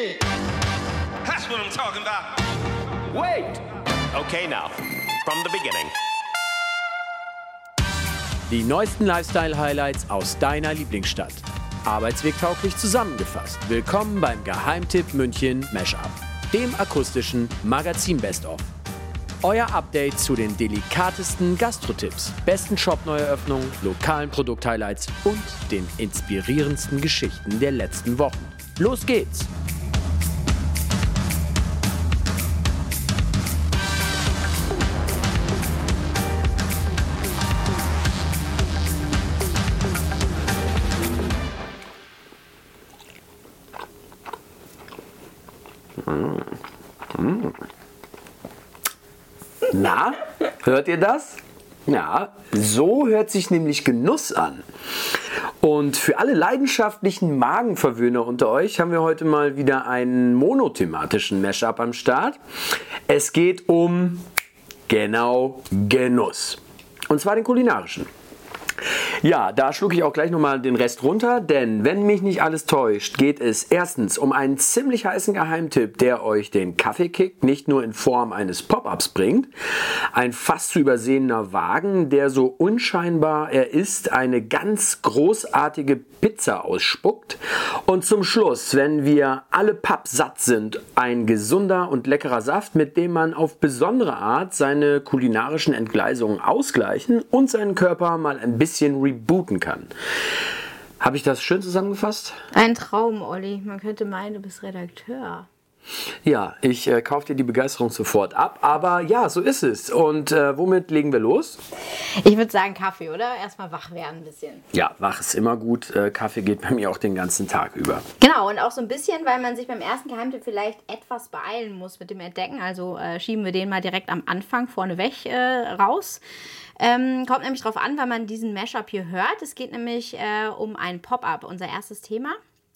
shit. That's what I'm talking about. Wait! Okay, now, from the beginning. Die neuesten Lifestyle-Highlights aus deiner Lieblingsstadt. Arbeitswegtauglich zusammengefasst. Willkommen beim Geheimtipp München Mashup, dem akustischen Magazin Best-of. Euer Update zu den delikatesten Gastro-Tipps, besten Shop-Neueröffnungen, lokalen Produkt-Highlights und den inspirierendsten Geschichten der letzten Wochen. Los geht's! Na, hört ihr das? Ja, so hört sich nämlich Genuss an. Und für alle leidenschaftlichen Magenverwöhner unter euch haben wir heute mal wieder einen monothematischen Mashup am Start. Es geht um, genau, Genuss. Und zwar den kulinarischen. Ja, da schlucke ich auch gleich nochmal den Rest runter, denn wenn mich nicht alles täuscht, geht es erstens um einen ziemlich heißen Geheimtipp, der euch den Kaffeekick nicht nur in Form eines Pop-Ups bringt, ein fast zu übersehener Wagen, der so unscheinbar er ist, eine ganz großartige Pizza ausspuckt und zum Schluss, wenn wir alle pappsatt sind, ein gesunder und leckerer Saft, mit dem man auf besondere Art seine kulinarischen Entgleisungen ausgleichen und seinen Körper mal ein bisschen rebooten kann. Habe ich das schön zusammengefasst? Ein Traum, Olli. Man könnte meinen, du bist Redakteur. Ja, ich kaufe dir die Begeisterung sofort ab, aber ja, so ist es. Und womit legen wir los? Ich würde sagen Kaffee, oder? Erstmal wach werden ein bisschen. Ja, wach ist immer gut. Kaffee geht bei mir auch den ganzen Tag über. Genau, und auch so ein bisschen, weil man sich beim ersten Geheimtipp vielleicht etwas beeilen muss mit dem Entdecken. Also schieben wir den mal direkt am Anfang vorneweg raus. Kommt nämlich darauf an, weil man diesen Mashup hier hört. Es geht nämlich um ein Pop-Up. Unser erstes Thema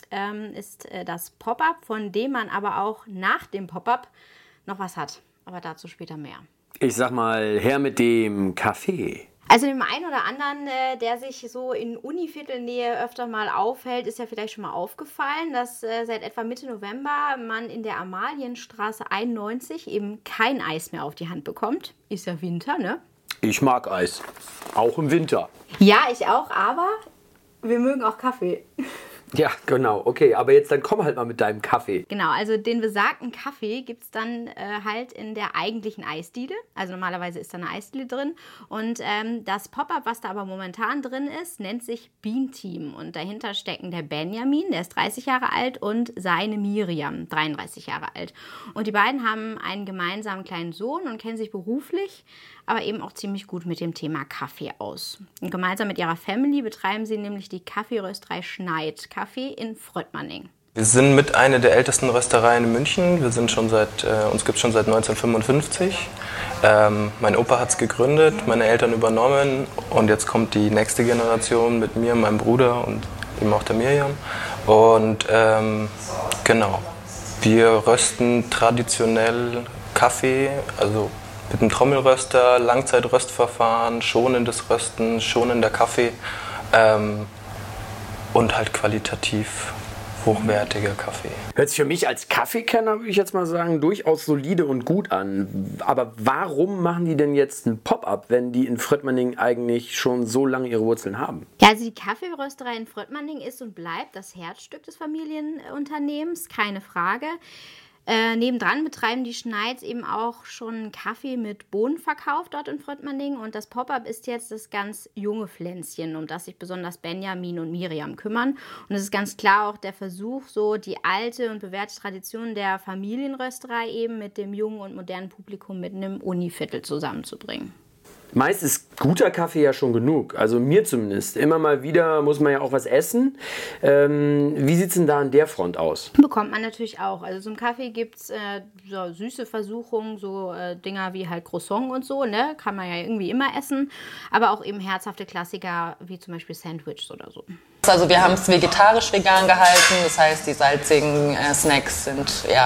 ist das Pop-Up, von dem man aber auch nach dem Pop-Up noch was hat. Aber dazu später mehr. Ich sag mal, her mit dem Kaffee. Also dem einen oder anderen, der sich so in Univiertelnähe öfter mal aufhält, ist ja vielleicht schon mal aufgefallen, dass seit etwa Mitte November man in der Amalienstraße 91 eben kein Eis mehr auf die Hand bekommt. Ist ja Winter, ne? Ich mag Eis. Auch im Winter. Ja, ich auch, aber wir mögen auch Kaffee. Ja, genau. Okay, aber jetzt dann komm halt mal mit deinem Kaffee. Genau, also den besagten Kaffee gibt es dann halt in der eigentlichen Eisdiele. Also normalerweise ist da eine Eisdiele drin. Und das Pop-Up, was da aber momentan drin ist, nennt sich Bean Team. Und dahinter stecken der Benjamin, der ist 30 Jahre alt, und seine Miriam, 33 Jahre alt. Und die beiden haben einen gemeinsamen kleinen Sohn und kennen sich beruflich, aber eben auch ziemlich gut mit dem Thema Kaffee aus. Und gemeinsam mit ihrer Family betreiben sie nämlich die Kaffeerösterei Schneid Kaffee in Fröttmanning. Wir sind mit einer der ältesten Röstereien in München. Wir sind uns gibt es schon seit 1955. Mein Opa hat es gegründet, meine Eltern übernommen und jetzt kommt die nächste Generation mit mir, meinem Bruder und eben auch der Miriam. Und genau, wir rösten traditionell Kaffee, also mit einem Trommelröster, Langzeitröstverfahren, schonendes Rösten, schonender Kaffee und halt qualitativ hochwertiger Kaffee. Hört sich für mich als Kaffeekenner, würde ich jetzt mal sagen, durchaus solide und gut an. Aber warum machen die denn jetzt ein Pop-Up, wenn die in Fröttmanning eigentlich schon so lange ihre Wurzeln haben? Ja, also die Kaffeerösterei in Fröttmanning ist und bleibt das Herzstück des Familienunternehmens, keine Frage. Nebendran betreiben die Schneids eben auch schon Kaffee mit Bohnenverkauf dort in Fröttmanning. Und das Pop-Up ist jetzt das ganz junge Pflänzchen, um das sich besonders Benjamin und Miriam kümmern. Und es ist ganz klar auch der Versuch, so die alte und bewährte Tradition der Familienrösterei eben mit dem jungen und modernen Publikum mitten im Univiertel zusammenzubringen. Meist ist guter Kaffee ja schon genug, also mir zumindest. Immer mal wieder muss man ja auch was essen. Wie sieht es denn da an der Front aus? Bekommt man natürlich auch. Also zum Kaffee gibt es so süße Versuchungen, so Dinger wie halt Croissant und so, ne? Kann man ja irgendwie immer essen. Aber auch eben herzhafte Klassiker wie zum Beispiel Sandwiches oder so. Also wir haben es vegetarisch-vegan gehalten, das heißt die salzigen Snacks sind ja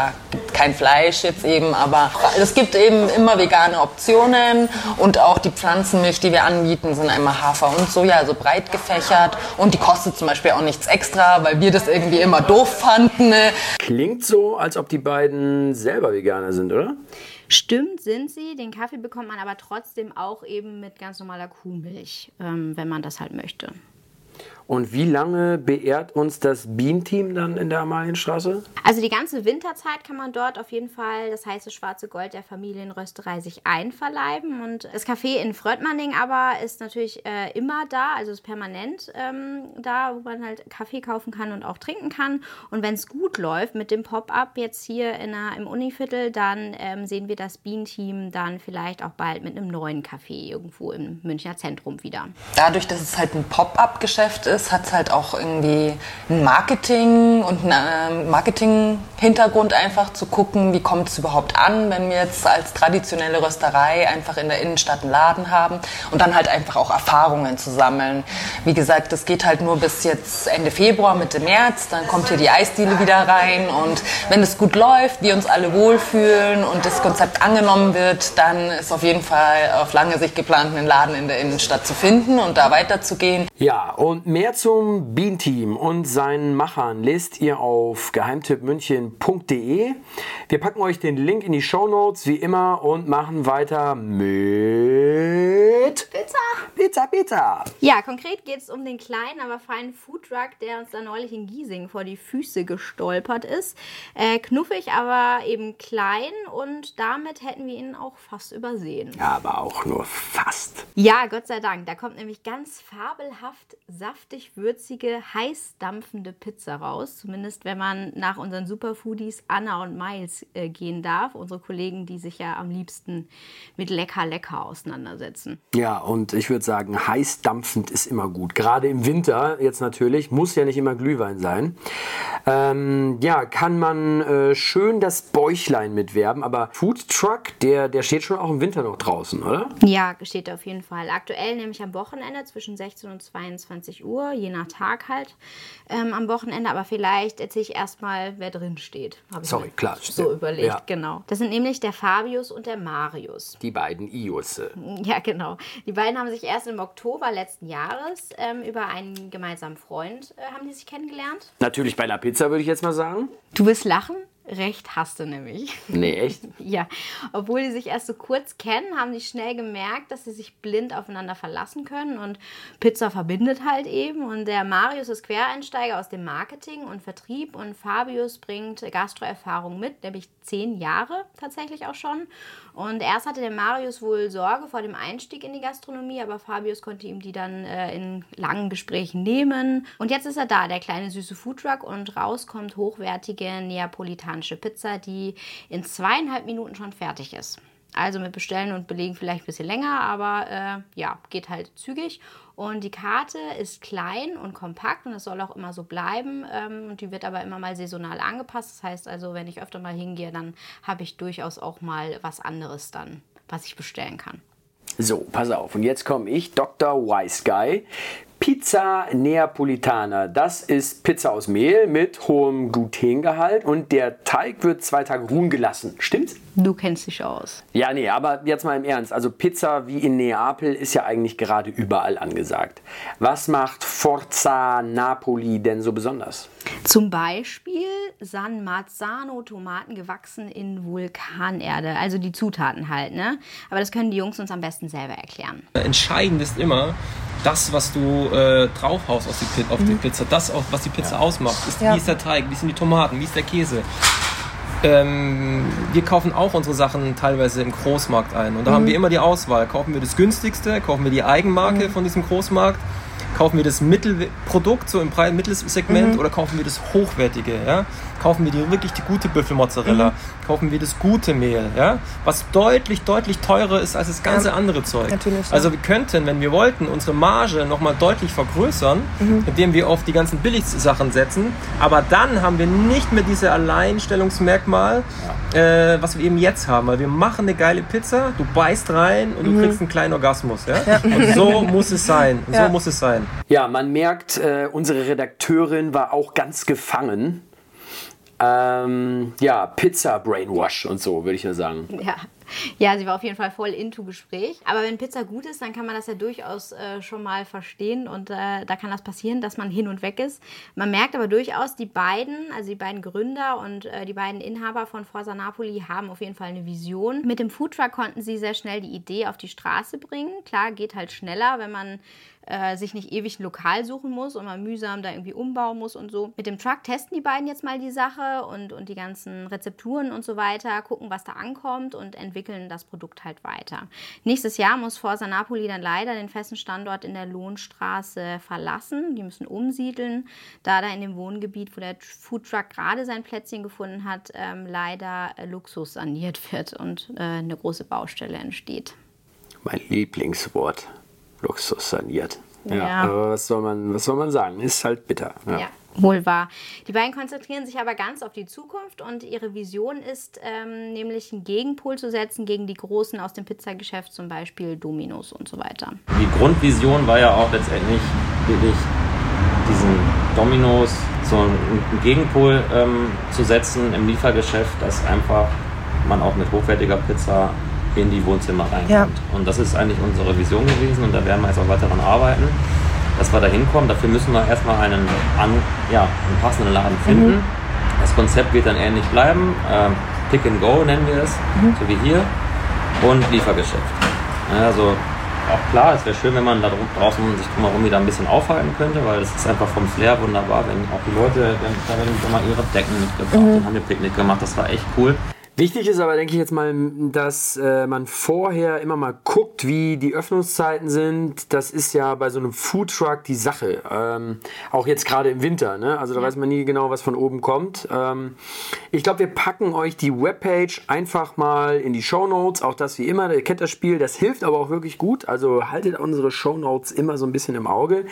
kein Fleisch jetzt eben, aber es gibt eben immer vegane Optionen und auch die Pflanzenmilch, die wir anbieten, sind einmal Hafer und Soja, also breit gefächert und die kostet zum Beispiel auch nichts extra, weil wir das irgendwie immer doof fanden. Ne? Klingt so, als ob die beiden selber Veganer sind, oder? Stimmt, sind sie. Den Kaffee bekommt man aber trotzdem auch eben mit ganz normaler Kuhmilch, wenn man das halt möchte. Und wie lange beehrt uns das Bean-Team dann in der Amalienstraße? Also die ganze Winterzeit kann man dort auf jeden Fall das heiße schwarze Gold der Familienrösterei sich einverleiben. Und das Café in Fröttmanning aber ist natürlich immer da, also ist permanent da, wo man halt Kaffee kaufen kann und auch trinken kann. Und wenn es gut läuft mit dem Pop-up jetzt hier im Univiertel, dann sehen wir das Bean-Team dann vielleicht auch bald mit einem neuen Café irgendwo im Münchner Zentrum wieder. Dadurch, dass es halt ein Pop-up-Geschäft ist, hat es halt auch irgendwie ein Marketing und einen Marketing-Hintergrund einfach zu gucken, wie kommt es überhaupt an, wenn wir jetzt als traditionelle Rösterei einfach in der Innenstadt einen Laden haben und dann halt einfach auch Erfahrungen zu sammeln. Wie gesagt, das geht halt nur bis jetzt Ende Februar, Mitte März, dann kommt hier die Eisdiele wieder rein und wenn es gut läuft, wir uns alle wohlfühlen und das Konzept angenommen wird, dann ist auf jeden Fall auf lange Sicht geplant, einen Laden in der Innenstadt zu finden und da weiterzugehen. Ja, und mehr zum Bean-Team und seinen Machern lest ihr auf geheimtippmünchen.de. Wir packen euch den Link in die Shownotes wie immer und machen weiter mit Pizza. Ja, konkret geht es um den kleinen, aber feinen Foodtruck, der uns da neulich in Giesing vor die Füße gestolpert ist. Knuffig, aber eben klein und damit hätten wir ihn auch fast übersehen. Ja, aber auch nur fast. Ja, Gott sei Dank. Da kommt nämlich ganz fabelhaft saftig würzige, heiß dampfende Pizza raus. Zumindest, wenn man nach unseren Superfoodies Anna und Miles gehen darf. Unsere Kollegen, die sich ja am liebsten mit lecker auseinandersetzen. Ja, und ich würde sagen, heiß dampfend ist immer gut. Gerade im Winter jetzt natürlich. Muss ja nicht immer Glühwein sein. Ja, kann man schön das Bäuchlein mitwerben. Aber Foodtruck, der steht schon auch im Winter noch draußen, oder? Ja, steht auf jeden Fall. Aktuell nämlich am Wochenende zwischen 16 und 22 Uhr, je nach Tag halt am Wochenende. Aber vielleicht erzähle ich erstmal, wer drin steht. Sorry, klar. So überlegt, ja. Genau. Das sind nämlich der Fabius und der Marius. Die beiden Iusse. Ja, genau. Die beiden haben sich erst im Oktober letzten Jahres über einen gemeinsamen Freund haben die sich kennengelernt. Natürlich bei einer Pizza, würde ich jetzt mal sagen. Du wirst lachen. Recht hast du nämlich. Nee, echt? Ja, obwohl die sich erst so kurz kennen, haben sie schnell gemerkt, dass sie sich blind aufeinander verlassen können und Pizza verbindet halt eben und der Marius ist Quereinsteiger aus dem Marketing und Vertrieb und Fabius bringt Gastroerfahrung mit, nämlich 10 Jahre tatsächlich auch schon und erst hatte der Marius wohl Sorge vor dem Einstieg in die Gastronomie, aber Fabius konnte ihm die dann in langen Gesprächen nehmen und jetzt ist er da, der kleine süße Foodtruck und raus kommt hochwertige neapolitanische Pizza, die in 2,5 Minuten schon fertig ist. Also mit Bestellen und Belegen vielleicht ein bisschen länger, aber ja, geht halt zügig. Und die Karte ist klein und kompakt und das soll auch immer so bleiben. Und die wird aber immer mal saisonal angepasst. Das heißt also, wenn ich öfter mal hingehe, dann habe ich durchaus auch mal was anderes dann, was ich bestellen kann. So, pass auf. Und jetzt komme ich, Dr. Wise Guy. Pizza Neapolitana, das ist Pizza aus Mehl mit hohem Glutengehalt und der Teig wird 2 Tage ruhen gelassen. Stimmt's? Du kennst dich aus. Ja, nee, aber jetzt mal im Ernst. Also Pizza wie in Neapel ist ja eigentlich gerade überall angesagt. Was macht Forza Napoli denn so besonders? Zum Beispiel San Marzano Tomaten gewachsen in Vulkanerde. Also die Zutaten halt, ne? Aber das können die Jungs uns am besten selber erklären. Entscheidend ist immer, das, was du draufhaust auf die Pizza, das, was die Pizza ausmacht, ist, wie ist der Teig, wie sind die Tomaten, wie ist der Käse. Wir kaufen auch unsere Sachen teilweise im Großmarkt ein und da haben wir immer die Auswahl. Kaufen wir das günstigste, kaufen wir die Eigenmarke von diesem Großmarkt, kaufen wir das Mittelprodukt, so im Mittelsegment oder kaufen wir das Hochwertige, ja? Kaufen wir wirklich die gute Büffelmozzarella, kaufen wir das gute Mehl, ja? Was deutlich teurer ist als das ganze andere Zeug. Natürlich, ja. Also wir könnten, wenn wir wollten, unsere Marge nochmal deutlich vergrößern, indem wir auf die ganzen Billigsachen setzen, aber dann haben wir nicht mehr diese Alleinstellungsmerkmal, was wir eben jetzt haben, weil wir machen eine geile Pizza, du beißt rein und du kriegst einen kleinen Orgasmus, ja? Und so muss es sein, so muss es sein. Ja, man merkt, unsere Redakteurin war auch ganz gefangen. Pizza Brainwash und so, würde ich ja sagen. Ja, sie war auf jeden Fall voll into Gespräch. Aber wenn Pizza gut ist, dann kann man das ja durchaus schon mal verstehen und da kann das passieren, dass man hin und weg ist. Man merkt aber durchaus, die beiden Gründer und die beiden Inhaber von Forza Napoli haben auf jeden Fall eine Vision. Mit dem Foodtruck konnten sie sehr schnell die Idee auf die Straße bringen. Klar, geht halt schneller, wenn man sich nicht ewig ein Lokal suchen muss und man mühsam da irgendwie umbauen muss und so. Mit dem Truck testen die beiden jetzt mal die Sache und die ganzen Rezepturen und so weiter, gucken, was da ankommt und entwickeln das Produkt halt weiter. Nächstes Jahr muss Forza Napoli dann leider den festen Standort in der Lohnstraße verlassen. Die müssen umsiedeln, da in dem Wohngebiet, wo der Foodtruck gerade sein Plätzchen gefunden hat, leider Luxus saniert wird und eine große Baustelle entsteht. Mein Lieblingswort. Luxus saniert. Ja. Aber was soll man sagen? Ist halt bitter. Ja, wohl wahr. Die beiden konzentrieren sich aber ganz auf die Zukunft und ihre Vision ist nämlich einen Gegenpol zu setzen gegen die Großen aus dem Pizzageschäft, zum Beispiel Domino's und so weiter. Die Grundvision war ja auch letztendlich wirklich diesen Domino's so einen Gegenpol zu setzen im Liefergeschäft, dass einfach man auch mit hochwertiger Pizza in die Wohnzimmer reinkommt. Ja. Und das ist eigentlich unsere Vision gewesen und da werden wir jetzt auch weiter daran arbeiten, dass wir da hinkommen. Dafür müssen wir erstmal einen passenden Laden finden. Das Konzept wird dann ähnlich bleiben. Pick and Go nennen wir es, so wie hier. Und Liefergeschäft. Also auch klar, es wäre schön, wenn man da draußen sich drumherum wieder ein bisschen aufhalten könnte, weil das ist einfach vom Flair wunderbar, wenn auch die Leute, da werden schon mal ihre Decken mitgebracht und haben ein Picknick gemacht, das war echt cool. Wichtig ist aber, denke ich jetzt mal, dass man vorher immer mal guckt, wie die Öffnungszeiten sind. Das ist ja bei so einem Foodtruck die Sache. Auch jetzt gerade im Winter. Ne? Also da weiß man nie genau, was von oben kommt. Ich glaube, wir packen euch die Webpage einfach mal in die Shownotes. Auch das wie immer, ihr kennt das Spiel. Das hilft aber auch wirklich gut. Also haltet unsere Shownotes immer so ein bisschen im Auge.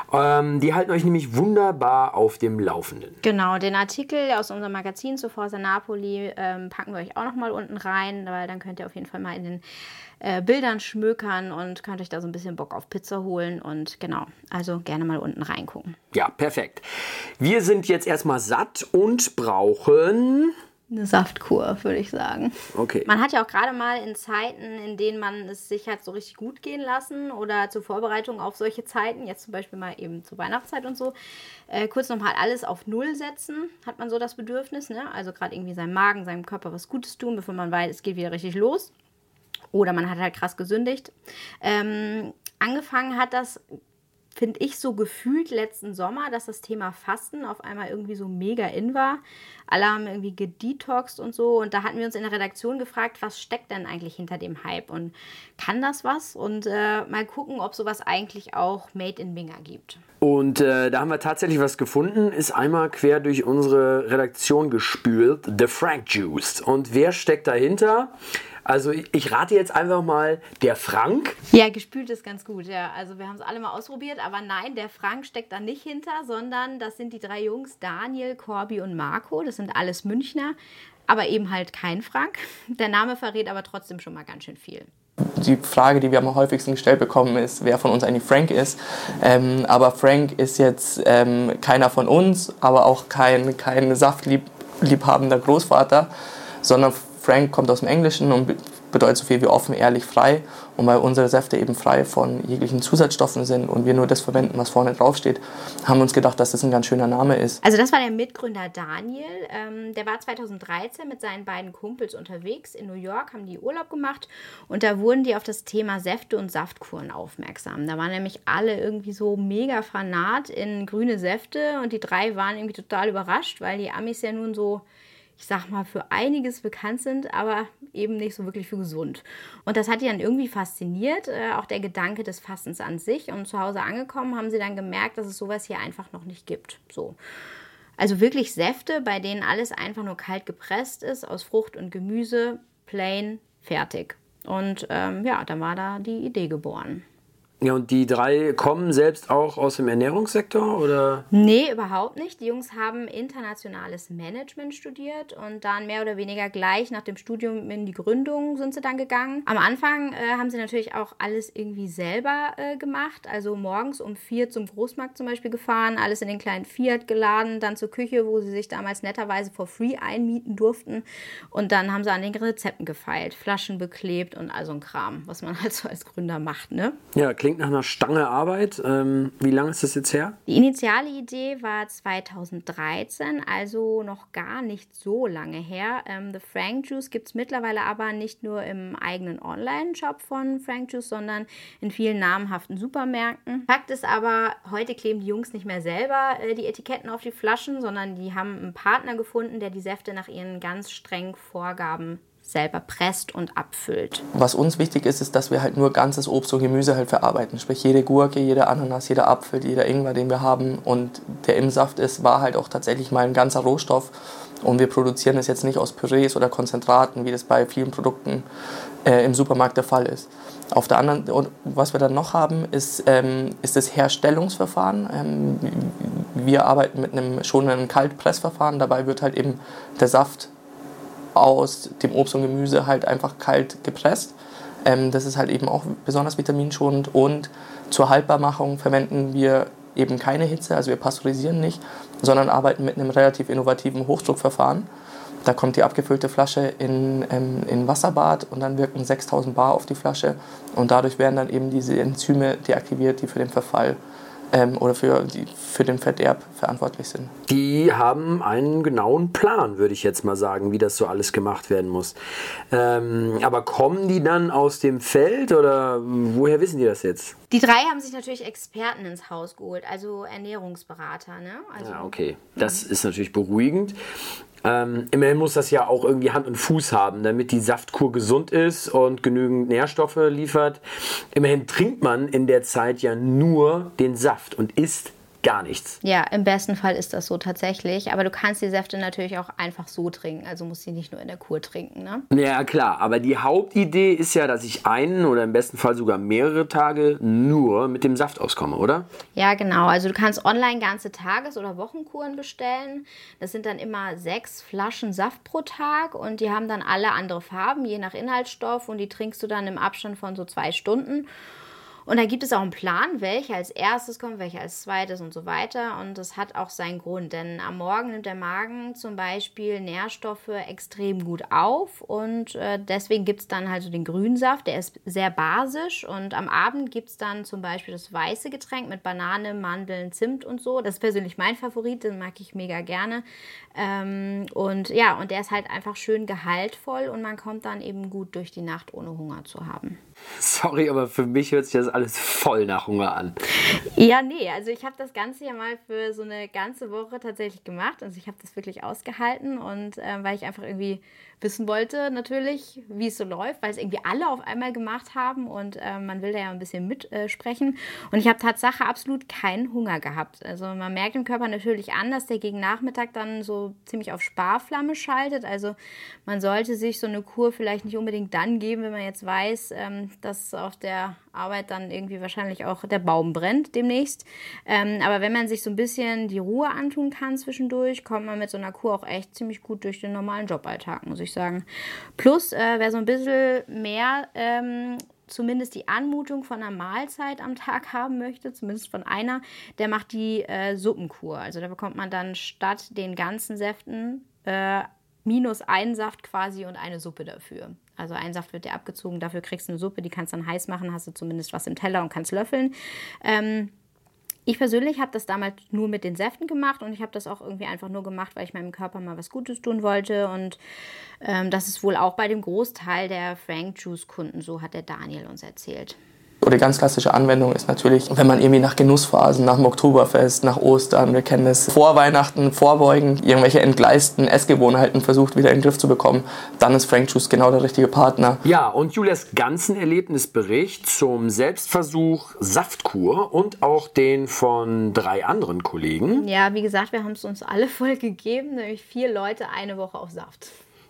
Die halten euch nämlich wunderbar auf dem Laufenden. Genau, den Artikel aus unserem Magazin zu Forza Napoli packen wir euch auch nochmal unten rein, weil dann könnt ihr auf jeden Fall mal in den Bildern schmökern und könnt euch da so ein bisschen Bock auf Pizza holen und genau, also gerne mal unten reingucken. Ja, perfekt. Wir sind jetzt erstmal satt und brauchen eine Saftkur, würde ich sagen. Okay. Man hat ja auch gerade mal in Zeiten, in denen man es sich hat so richtig gut gehen lassen oder zur Vorbereitung auf solche Zeiten, jetzt zum Beispiel mal eben zur Weihnachtszeit und so, kurz nochmal alles auf Null setzen, hat man so das Bedürfnis, ne? Also gerade irgendwie seinem Magen, seinem Körper was Gutes tun, bevor man weiß, es geht wieder richtig los. Oder man hat halt krass gesündigt. Angefangen hat das, finde ich, so gefühlt letzten Sommer, dass das Thema Fasten auf einmal irgendwie so mega in war. Alle haben irgendwie gedetoxed und so. Und da hatten wir uns in der Redaktion gefragt, was steckt denn eigentlich hinter dem Hype? Und kann das was? Und mal gucken, ob sowas eigentlich auch Made in Minga gibt. Und da haben wir tatsächlich was gefunden. Ist einmal quer durch unsere Redaktion gespült. The Frank Juice. Und wer steckt dahinter? Also ich rate jetzt einfach mal, der Frank. Ja, gespült ist ganz gut, ja. Also wir haben es alle mal ausprobiert, aber nein, der Frank steckt da nicht hinter, sondern das sind die 3 Jungs, Daniel, Corby und Marco. Das sind alles Münchner, aber eben halt kein Frank. Der Name verrät aber trotzdem schon mal ganz schön viel. Die Frage, die wir am häufigsten gestellt bekommen, ist, wer von uns eigentlich Frank ist. Aber Frank ist jetzt keiner von uns, aber auch kein saftliebhabender Großvater, sondern Frank kommt aus dem Englischen und bedeutet so viel wie offen, ehrlich, frei. Und weil unsere Säfte eben frei von jeglichen Zusatzstoffen sind und wir nur das verwenden, was vorne draufsteht, haben wir uns gedacht, dass das ein ganz schöner Name ist. Also das war der Mitgründer Daniel. Der war 2013 mit seinen beiden Kumpels unterwegs. In New York haben die Urlaub gemacht und da wurden die auf das Thema Säfte und Saftkuren aufmerksam. Da waren nämlich alle irgendwie so mega fanat in grüne Säfte und die 3 waren irgendwie total überrascht, weil die Amis ja nun so, ich sag mal, für einiges bekannt sind, aber eben nicht so wirklich für gesund. Und das hat die dann irgendwie fasziniert, auch der Gedanke des Fastens an sich. Und zu Hause angekommen haben sie dann gemerkt, dass es sowas hier einfach noch nicht gibt. So. Also wirklich Säfte, bei denen alles einfach nur kalt gepresst ist, aus Frucht und Gemüse, plain, fertig. Und dann war da die Idee geboren. Ja, und die 3 kommen selbst auch aus dem Ernährungssektor, oder? Nee, überhaupt nicht. Die Jungs haben internationales Management studiert und dann mehr oder weniger gleich nach dem Studium in die Gründung sind sie dann gegangen. Am Anfang haben sie natürlich auch alles irgendwie selber gemacht. Also morgens um 4 zum Großmarkt zum Beispiel gefahren, alles in den kleinen Fiat geladen, dann zur Küche, wo sie sich damals netterweise for free einmieten durften. Und dann haben sie an den Rezepten gefeilt, Flaschen beklebt und all so ein Kram, was man halt so als Gründer macht, ne? Ja, klingt nach einer Stange Arbeit. Wie lange ist das jetzt her? Die initiale Idee war 2013, also noch gar nicht so lange her. The Frank Juice gibt es mittlerweile aber nicht nur im eigenen Online-Shop von Frank Juice, sondern in vielen namhaften Supermärkten. Fakt ist aber, heute kleben die Jungs nicht mehr selber die Etiketten auf die Flaschen, sondern die haben einen Partner gefunden, der die Säfte nach ihren ganz strengen Vorgaben selber presst und abfüllt. Was uns wichtig ist, ist, dass wir halt nur ganzes Obst und Gemüse halt verarbeiten. Sprich, jede Gurke, jeder Ananas, jeder Apfel, jeder Ingwer, den wir haben und der im Saft ist, war halt auch tatsächlich mal ein ganzer Rohstoff. Und wir produzieren es jetzt nicht aus Pürees oder Konzentraten, wie das bei vielen Produkten im Supermarkt der Fall ist. Auf der anderen, und was wir dann noch haben, ist das Herstellungsverfahren. Wir arbeiten mit einem schonenden Kaltpressverfahren. Dabei wird halt eben der Saft aus dem Obst und Gemüse halt einfach kalt gepresst. Das ist halt eben auch besonders vitaminschonend. Und zur Haltbarmachung verwenden wir eben keine Hitze, also wir pasteurisieren nicht, sondern arbeiten mit einem relativ innovativen Hochdruckverfahren. Da kommt die abgefüllte Flasche in Wasserbad und dann wirken 6000 Bar auf die Flasche und dadurch werden dann eben diese Enzyme deaktiviert, die für den Verfall oder für den Verderb verantwortlich sind. Die haben einen genauen Plan, würde ich jetzt mal sagen, wie das so alles gemacht werden muss. Aber kommen die dann aus dem Feld oder woher wissen die das jetzt? Die 3 haben sich natürlich Experten ins Haus geholt, also Ernährungsberater, ne? Also, ja, okay. Das ist natürlich beruhigend. Immerhin muss das ja auch irgendwie Hand und Fuß haben, damit die Saftkur gesund ist und genügend Nährstoffe liefert. Immerhin trinkt man in der Zeit ja nur den Saft und isst gar nichts. Ja, im besten Fall ist das so tatsächlich. Aber du kannst die Säfte natürlich auch einfach so trinken. Also musst du die nicht nur in der Kur trinken, ne? Ja, klar. Aber die Hauptidee ist ja, dass ich einen oder im besten Fall sogar mehrere Tage nur mit dem Saft auskomme, oder? Ja, genau. Also du kannst online ganze Tages- oder Wochenkuren bestellen. Das sind dann immer 6 Flaschen Saft pro Tag und die haben dann alle andere Farben, je nach Inhaltsstoff. Und die trinkst du dann im Abstand von so 2 Stunden. Und da gibt es auch einen Plan, welcher als erstes kommt, welcher als zweites und so weiter. Und das hat auch seinen Grund, denn am Morgen nimmt der Magen zum Beispiel Nährstoffe extrem gut auf. Und deswegen gibt es dann halt so den Grünsaft, der ist sehr basisch. Und am Abend gibt es dann zum Beispiel das weiße Getränk mit Banane, Mandeln, Zimt und so. Das ist persönlich mein Favorit, den mag ich mega gerne. Und der ist halt einfach schön gehaltvoll und man kommt dann eben gut durch die Nacht, ohne Hunger zu haben. Sorry, aber für mich hört sich das alles voll nach Hunger an. Ja, nee, also ich habe das Ganze ja mal für so eine ganze Woche tatsächlich gemacht. Also ich habe das wirklich ausgehalten und weil ich einfach irgendwie wissen wollte natürlich, wie es so läuft, weil es irgendwie alle auf einmal gemacht haben und man will da ja ein bisschen mitsprechen. Und ich habe Tatsache absolut keinen Hunger gehabt. Also man merkt im Körper natürlich an, dass der gegen Nachmittag dann so ziemlich auf Sparflamme schaltet. Also man sollte sich so eine Kur vielleicht nicht unbedingt dann geben, wenn man jetzt weiß, dass auf der Arbeit dann irgendwie wahrscheinlich auch der Baum brennt demnächst. Aber wenn man sich so ein bisschen die Ruhe antun kann zwischendurch, kommt man mit so einer Kur auch echt ziemlich gut durch den normalen Joballtag, muss ich sagen. Plus, wer so ein bisschen mehr zumindest die Anmutung von einer Mahlzeit am Tag haben möchte, zumindest von einer, der macht die Suppenkur. Also da bekommt man dann statt den ganzen Säften minus einen Saft quasi und eine Suppe dafür. Also ein Saft wird dir abgezogen, dafür kriegst du eine Suppe, die kannst du dann heiß machen, hast du zumindest was im Teller und kannst löffeln. Ich persönlich habe das damals nur mit den Säften gemacht und ich habe das auch irgendwie einfach nur gemacht, weil ich meinem Körper mal was Gutes tun wollte und das ist wohl auch bei dem Großteil der Frank Juice Kunden so, hat der Daniel uns erzählt. Oder die ganz klassische Anwendung ist natürlich, wenn man irgendwie nach Genussphasen, nach dem Oktoberfest, nach Ostern, wir kennen es, vor Weihnachten vorbeugen, irgendwelche entgleisten Essgewohnheiten versucht wieder in den Griff zu bekommen, dann ist Frank Juice genau der richtige Partner. Ja, und Julias ganzen Erlebnisbericht zum Selbstversuch Saftkur und auch den von 3 anderen Kollegen. Ja, wie gesagt, wir haben es uns alle voll gegeben, nämlich 4 Leute eine Woche auf Saft.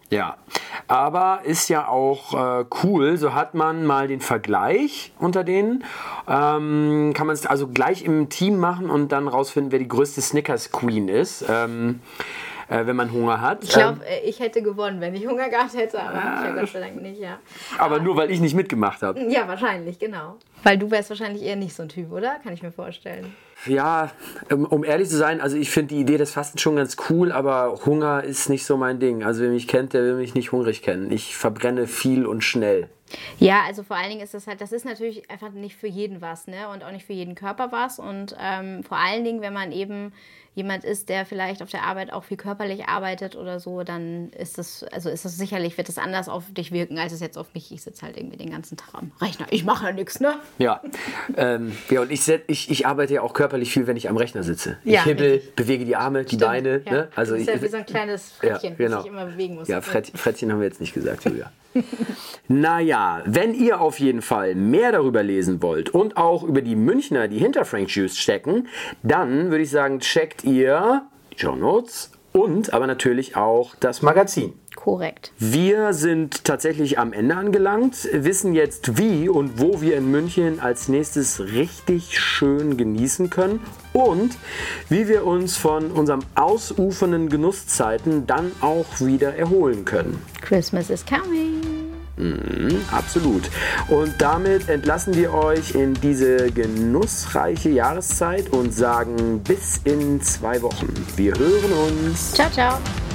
Ja, aber ist ja auch cool, so hat man mal den Vergleich unter denen, kann man es also gleich im Team machen und dann rausfinden, wer die größte Snickers-Queen ist, wenn man Hunger hat. Ich glaube, ich hätte gewonnen, wenn ich Hunger gehabt hätte, aber ich ja Gott sei Dank nicht, ja. Aber nur, weil ich nicht mitgemacht habe. Ja, wahrscheinlich, genau. Weil du wärst wahrscheinlich eher nicht so ein Typ, oder? Kann ich mir vorstellen. Ja, um ehrlich zu sein, also ich finde die Idee des Fastens schon ganz cool, aber Hunger ist nicht so mein Ding. Also wer mich kennt, der will mich nicht hungrig kennen. Ich verbrenne viel und schnell. Ja, also vor allen Dingen ist das ist natürlich einfach nicht für jeden was, ne? Und auch nicht für jeden Körper was. Und vor allen Dingen, wenn man eben jemand ist, der vielleicht auf der Arbeit auch viel körperlich arbeitet oder so, dann ist das sicherlich, wird das anders auf dich wirken, als es jetzt auf mich. Ich sitze halt irgendwie den ganzen Tag am Rechner. Ich mache ja nichts, ne? Ja. Ja, und ich arbeite ja auch körperlich viel, wenn ich am Rechner sitze. Ich Ja, hibbel, richtig. bewege die Arme, die Stimmt, Beine. ja. Ne? Also das ist ja wie so ein kleines Frettchen, genau. das ich immer bewegen muss. Ja, Frettchen haben wir jetzt nicht gesagt, Julia. Naja, wenn ihr auf jeden Fall mehr darüber lesen wollt und auch über die Münchner, die hinter Frank Juice stecken, dann würde ich sagen, checkt ihr die Shownotes und aber natürlich auch das Magazin. Korrekt. Wir sind tatsächlich am Ende angelangt, wissen jetzt, wie und wo wir in München als nächstes richtig schön genießen können und wie wir uns von unserem ausufernden Genusszeiten dann auch wieder erholen können. Christmas is coming. Absolut. Und damit entlassen wir euch in diese genussreiche Jahreszeit und sagen bis in 2 Wochen. Wir hören uns. Ciao, ciao.